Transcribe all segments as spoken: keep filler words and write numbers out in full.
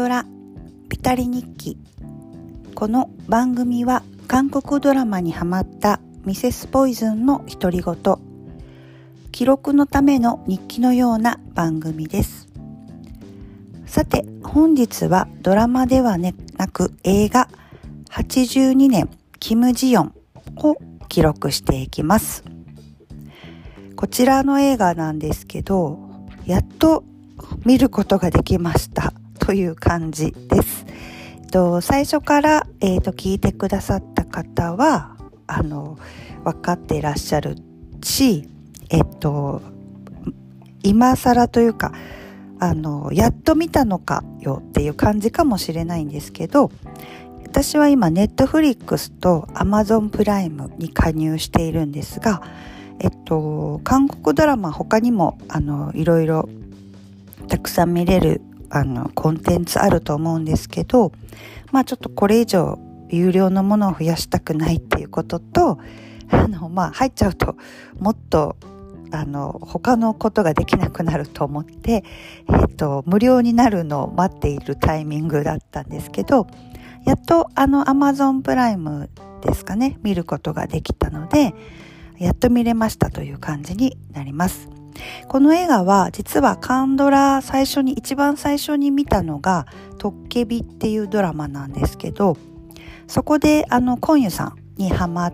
ドラビタリ日記。この番組は韓国ドラマにハマったミセスポイズンの独り言、記録のための日記のような番組です。さて本日はドラマではなく映画はちじゅうにねんキム・ジヨンを記録していきます。こちらの映画なんですけど、やっと見ることができましたという感じです。えっと、最初から、えーと、聞いてくださった方はあの分かっていらっしゃるし、えっと今更というかあのやっと見たのかよっていう感じかもしれないんですけど、私は今ネットフリックスとアマゾンプライムに加入しているんですが、えっと韓国ドラマ他にもあのいろいろたくさん見れるあのコンテンツあると思うんですけど、まあちょっとこれ以上有料のものを増やしたくないっていうことと、あのまあ入っちゃうともっとあの他のことができなくなると思って、えっと無料になるのを待っているタイミングだったんですけど、やっとあの Amazon プライムですかね、見ることができたので、やっと見れましたという感じになります。この映画は実はカンドラ最初に一番最初に見たのがトッケビっていうドラマなんですけど、そこであのコンユさんにハマって、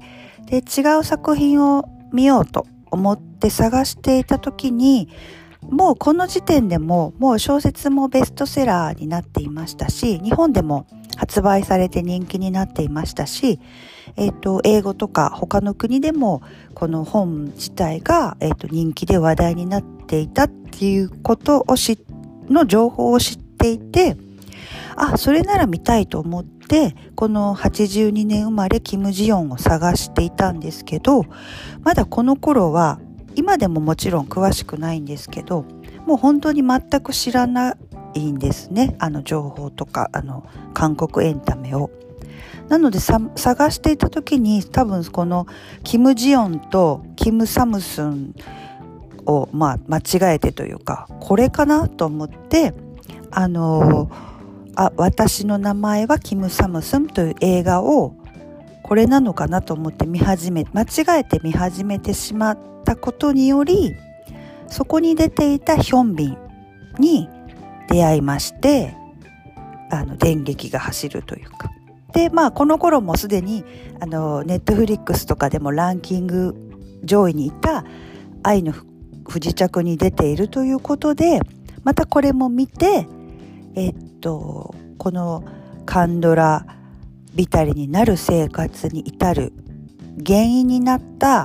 で違う作品を見ようと思って探していた時に、もうこの時点でももう小説もベストセラーになっていましたし、日本でも発売されて人気になっていましたし、えっと、英語とか他の国でもこの本自体が、えっと、人気で話題になっていたっていうことをしの情報を知っていて、あ、それなら見たいと思ってこのはちじゅうにねん生まれキム・ジヨンを探していたんですけど、まだこの頃は今でももちろん詳しくないんですけど、もう本当に全く知らないんですね、あの情報とかあの韓国エンタメを。なのでさ探していた時に多分このキム・ジヨンとキム・サムスンを、まあ、間違えてというかこれかなと思って、あのあ私の名前はキム・サムスンという映画をこれなのかなと思って見始め間違えて見始めてしまったことにより、そこに出ていたヒョンビンに出会いまして、あの電撃が走るというかで、まあこの頃もすでにあのネットフリックスとかでもランキング上位にいた愛の不時着に出ているということで、またこれも見て、えっとこのカンドラビタリになる生活に至る原因になった、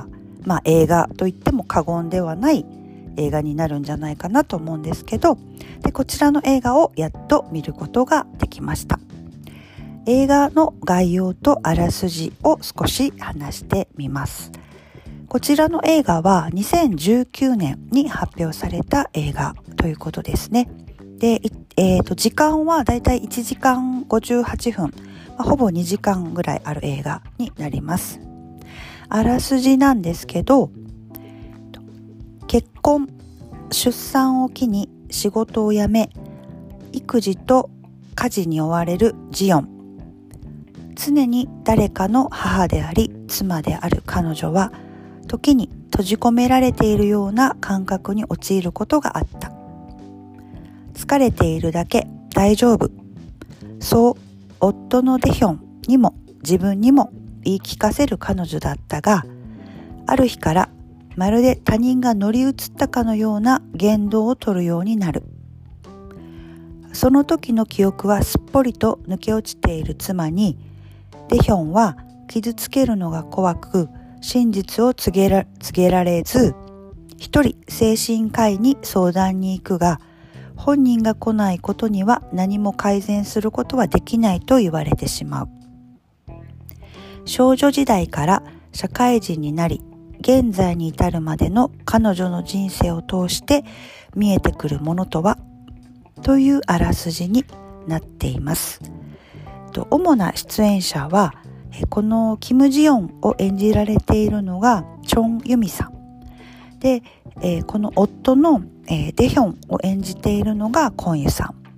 まあ、映画といっても過言ではない映画になるんじゃないかなと思うんですけど、でこちらの映画をやっと見ることができました。映画の概要とあらすじを少し話してみます。こちらの映画はにせんじゅうきゅうねんに発表された映画ということですね。で、えーと、時間はだいたいいちじかんごじゅうはっぷん、まあ、ほぼにじかんぐらいある映画になります。あらすじなんですけど、結婚、出産を機に仕事を辞め、育児と家事に追われるジヨン。常に誰かの母であり妻である彼女は、時に閉じ込められているような感覚に陥ることがあった。疲れているだけ、大丈夫。そう夫のデヒョンにも自分にも言い聞かせる彼女だったが、ある日からまるで他人が乗り移ったかのような言動を取るようになる。その時の記憶はすっぽりと抜け落ちている妻に、デヒョンは傷つけるのが怖く真実を告げら、告げられず、一人精神科医に相談に行くが、本人が来ないことには何も改善することはできないと言われてしまう。少女時代から社会人になり、現在に至るまでの彼女の人生を通して見えてくるものとは、というあらすじになっています。主な出演者は、このキム・ジヨンを演じられているのがチョン・ユミさんで、この夫のデヒョンを演じているのがコンユさん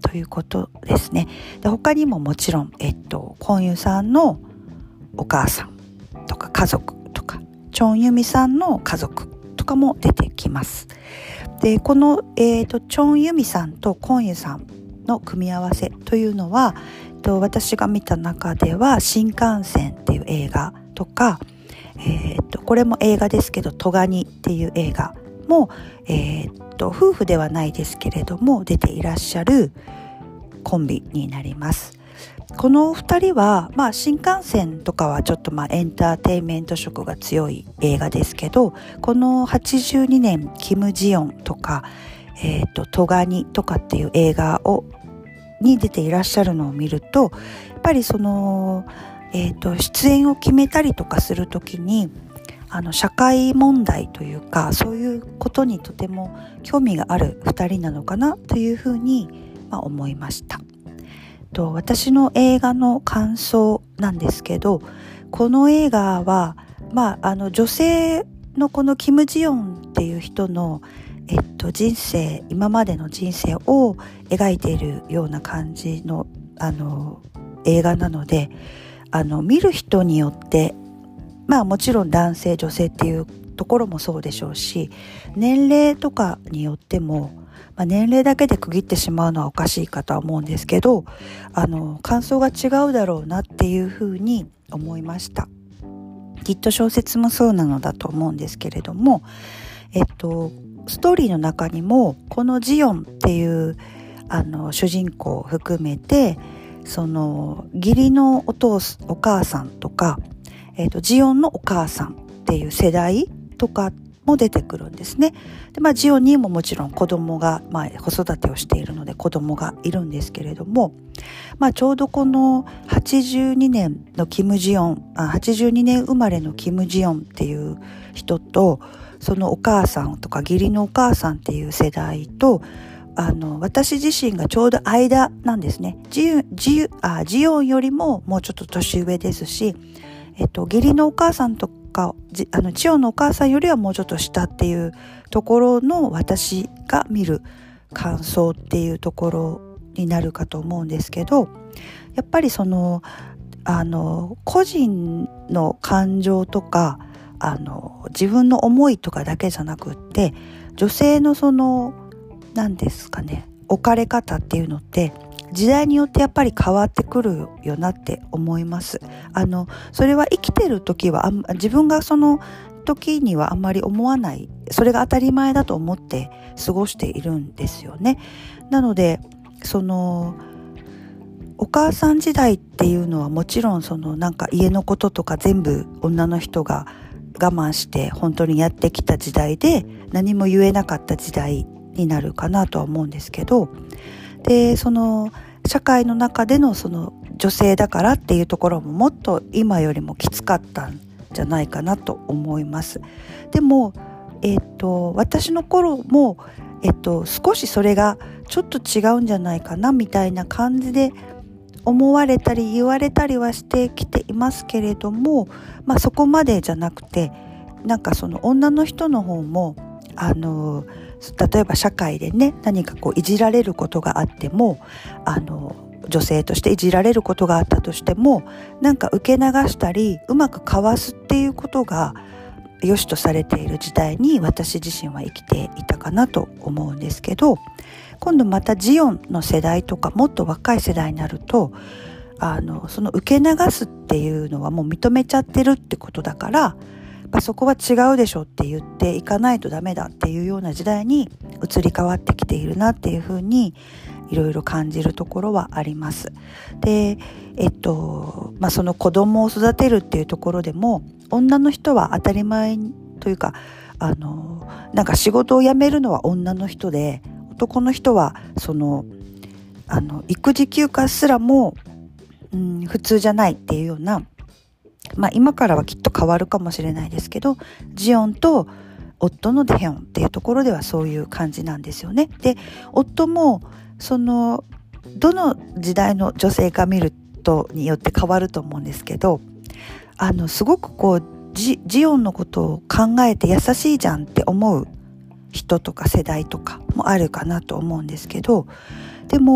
ということですね。で他にももちろん、えっと、コンユさんのお母さんとか家族とか、チョンユミさんの家族とかも出てきます。でこの、えー、とチョンユミさんとコンユさんの組み合わせというのは、えっと、私が見た中では新幹線っていう映画とか、えー、とこれも映画ですけどトガニっていう映画も、えー、と夫婦ではないですけれども出ていらっしゃるコンビになります。このお二人は、まあ、新幹線とかはちょっとまあエンターテインメント色が強い映画ですけど、このはちじゅうにねんキム・ジヨンとか、えー、とトガニとかっていう映画をに出ていらっしゃるのを見ると、やっぱりその、えー、と出演を決めたりとかするときにあの社会問題というかそういうことにとても興味があるふたりなのかなというふうに、まあ、思いました。と私の映画の感想なんですけど、この映画は、まあ、あの女性のこのキム・ジヨンっていう人の、えっと、人生今までの人生を描いているような感じの、あの映画なので、あの見る人によってまあもちろん男性女性っていうところもそうでしょうし、年齢とかによっても、まあ、年齢だけで区切ってしまうのはおかしいかとは思うんですけど、あの感想が違うだろうなっていうふうに思いました。きっと小説もそうなのだと思うんですけれども、えっとストーリーの中にもこのジヨンっていうあの主人公を含めて、その義理のお父お母さんとか、えっとジヨンのお母さんっていう世代とかも出てくるんですね。で、まあ、ジオにももちろん子供が、まあ、子育てをしているので子供がいるんですけれども、まあ、ちょうどこのはちじゅうにねんのキム・ジヨンあはちじゅうにねん生まれのキム・ジヨンっていう人と、そのお母さんとか義理のお母さんっていう世代と、あの私自身がちょうど間なんですね。ジジあジヨンよりももうちょっと年上ですし、えっと、義理のお母さんとかあのジヨンのお母さんよりはもうちょっと下っていうところの私が見る感想っていうところになるかと思うんですけど、やっぱりそのあの個人の感情とかあの自分の思いとかだけじゃなくって、女性のその何ですかね、置かれ方っていうのって時代によってやっぱり変わってくるよなって思います。あのそれは生きてる時はあん自分がその時にはあんまり思わない、それが当たり前だと思って過ごしているんですよね。なのでそのお母さん時代っていうのはもちろんそのなんか家のこととか全部女の人が我慢して本当にやってきた時代で、何も言えなかった時代になるかなとは思うんですけど、でその社会の中でのその女性だからっていうところももっと今よりもきつかったんじゃないかなと思います。でも、えっと、私の頃も、えっと、少しそれがちょっと違うんじゃないかなみたいな感じで思われたり言われたりはしてきていますけれども、まあ、そこまでじゃなくて、なんかその女の人の方もあの例えば社会でね、何かこういじられることがあっても、あの女性としていじられることがあったとしても、なんか受け流したりうまくかわすっていうことが良しとされている時代に私自身は生きていたかなと思うんですけど、今度またジヨンの世代とかもっと若い世代になると、あのその受け流すっていうのはもう認めちゃってるってことだから、やっぱそこは違うでしょって言っていかないとダメだっていうような時代に移り変わってきているなっていうふうにいろいろ感じるところはあります。で、えっとまあ、その子供を育てるっていうところでも、女の人は当たり前というか、あのなんか仕事を辞めるのは女の人で、男の人はそのあの育児休暇すらも、うん、普通じゃないっていうような、まあ、今からはきっと変わるかもしれないですけど、ジヨンと夫のデヘヨンっていうところではそういう感じなんですよね。で、夫もそのどの時代の女性が見るとによって変わると思うんですけど、あのすごくこう ジ, ジヨンのことを考えて優しいじゃんって思う人とか世代とかもあるかなと思うんですけど、でも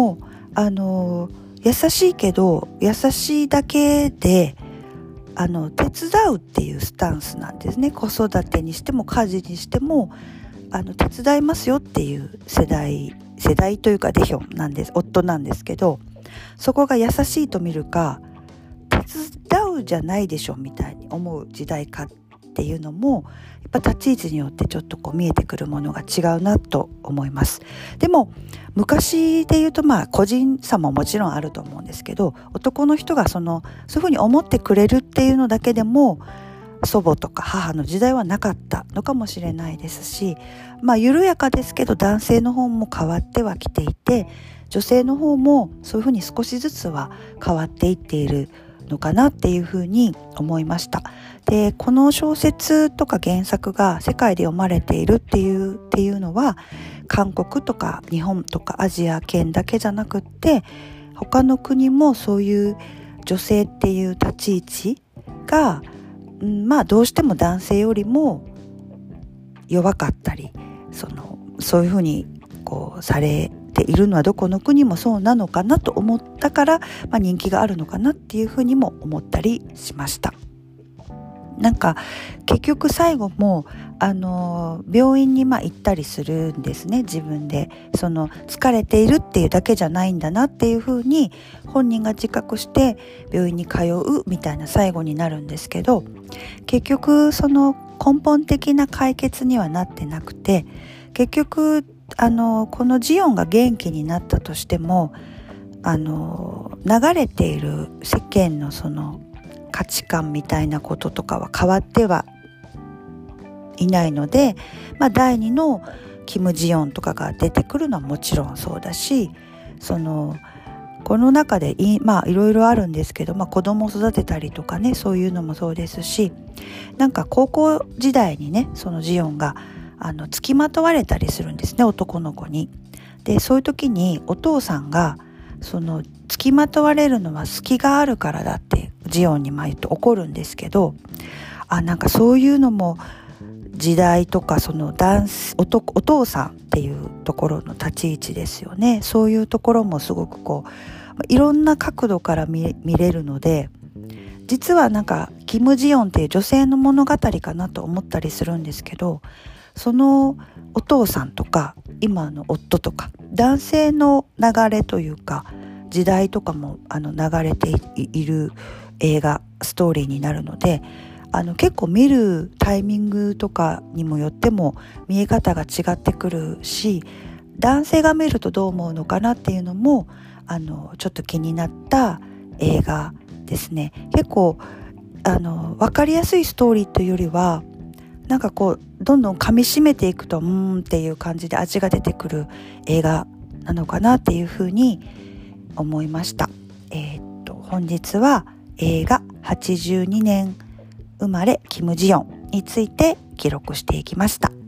あの優しいけど優しいだけであの手伝うっていうスタンスなんですね。子育てにしても家事にしてもあの手伝いますよっていう世代世代というかデヒョンなんです夫なんですけど、そこが優しいと見るか手伝うじゃないでしょみたいに思う時代かっていうのもやっぱ立ち位置によってちょっとこう見えてくるものが違うなと思います。でも昔で言うとまあ個人差ももちろんあると思うんですけど、男の人がそのそういうふうに思ってくれるっていうのだけでも祖母とか母の時代はなかったのかもしれないですし、まあ緩やかですけど男性の方も変わってはきていて、女性の方もそういうふうに少しずつは変わっていっているのかなっていうふうに思いました。で、この小説とか原作が世界で読まれているっていうっていうのは韓国とか日本とかアジア圏だけじゃなくって他の国もそういう女性っていう立ち位置が、うん、まあどうしても男性よりも弱かったり、そのそういうふうにこうされているのはどこの国もそうなのかなと思ったから、まあ、人気があるのかなっていうふうにも思ったりしました。なんか結局最後もあの病院にまあ行ったりするんですね。自分でその疲れているっていうだけじゃないんだなっていうふうに本人が自覚して病院に通うみたいな最後になるんですけど、結局その根本的な解決にはなってなくて、結局あのこのジオンが元気になったとしてもあの流れている世間のその価値観みたいなこととかは変わってはいないので、まあ、だいにのキム・ジヨンとかが出てくるのはもちろんそうだし、そのこの中でい、まあ、いろいろあるんですけど、まあ、子供を育てたりとかね、そういうのもそうですし、なんか高校時代にねそのジヨンがあの付きまとわれたりするんですね、男の子に。でそういう時にお父さんがその付きまとわれるのは隙があるからだってジオンに言うと怒るんですけど、あなんかそういうのも時代とかその男おとお父さんっていうところの立ち位置ですよね。そういうところもすごくこういろんな角度から 見, 見れるので、実はなんかキム・ジヨンっていう女性の物語かなと思ったりするんですけど、そのお父さんとか今の夫とか男性の流れというか時代とかもあの流れて い, いる映画ストーリーになるので、あの結構見るタイミングとかにもよっても見え方が違ってくるし、男性が見るとどう思うのかなっていうのもあのちょっと気になった映画ですね。結構あの分かりやすいストーリーというよりはなんかこうどんどん噛み締めていくとうーんっていう感じで味が出てくる映画なのかなっていうふうに思いました。えー、っと本日は映画はちじゅうにねん生まれキム・ジヨンについて記録していきました。